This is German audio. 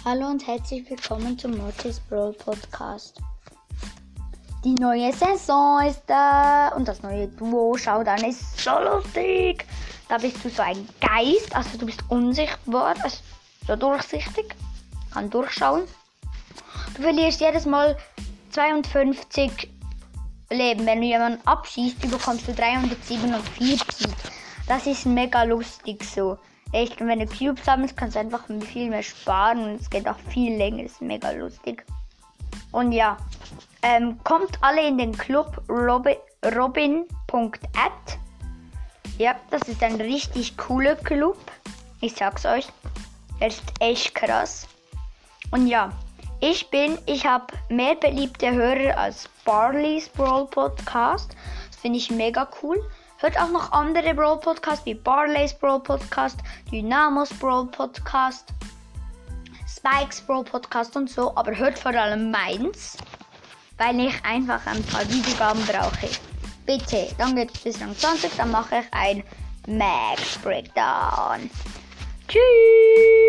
Hallo und herzlich willkommen zum Mortis Brawl Podcast. Die neue Saison ist da und das neue Duo Showdown ist so lustig. Da bist du so ein Geist, also du bist unsichtbar, also so durchsichtig, kann durchschauen. Du verlierst jedes Mal 52 Leben. Wenn du jemanden abschießt, bekommst du 347. Das ist mega lustig so. Echt, und wenn du Cubes sammelst, kannst du einfach viel mehr sparen und es geht auch viel länger. Das ist mega lustig. Und ja, kommt alle in den Club robin.at. Ja, das ist ein richtig cooler Club. Ich sag's euch. Er ist echt krass. Und ja, ich habe mehr beliebte Hörer als Barley's Brawl Podcast. Das finde ich mega cool. Hört auch noch andere Brawl Podcasts wie Barley's Brawl Podcast, Dynamos Brawl Podcast, Spikes Brawl Podcast und so. Aber hört vor allem meins, weil ich einfach ein paar Wiedergaben brauche. Bitte, dann geht es bis Rang 20, dann mache ich ein Max Breakdown. Tschüss!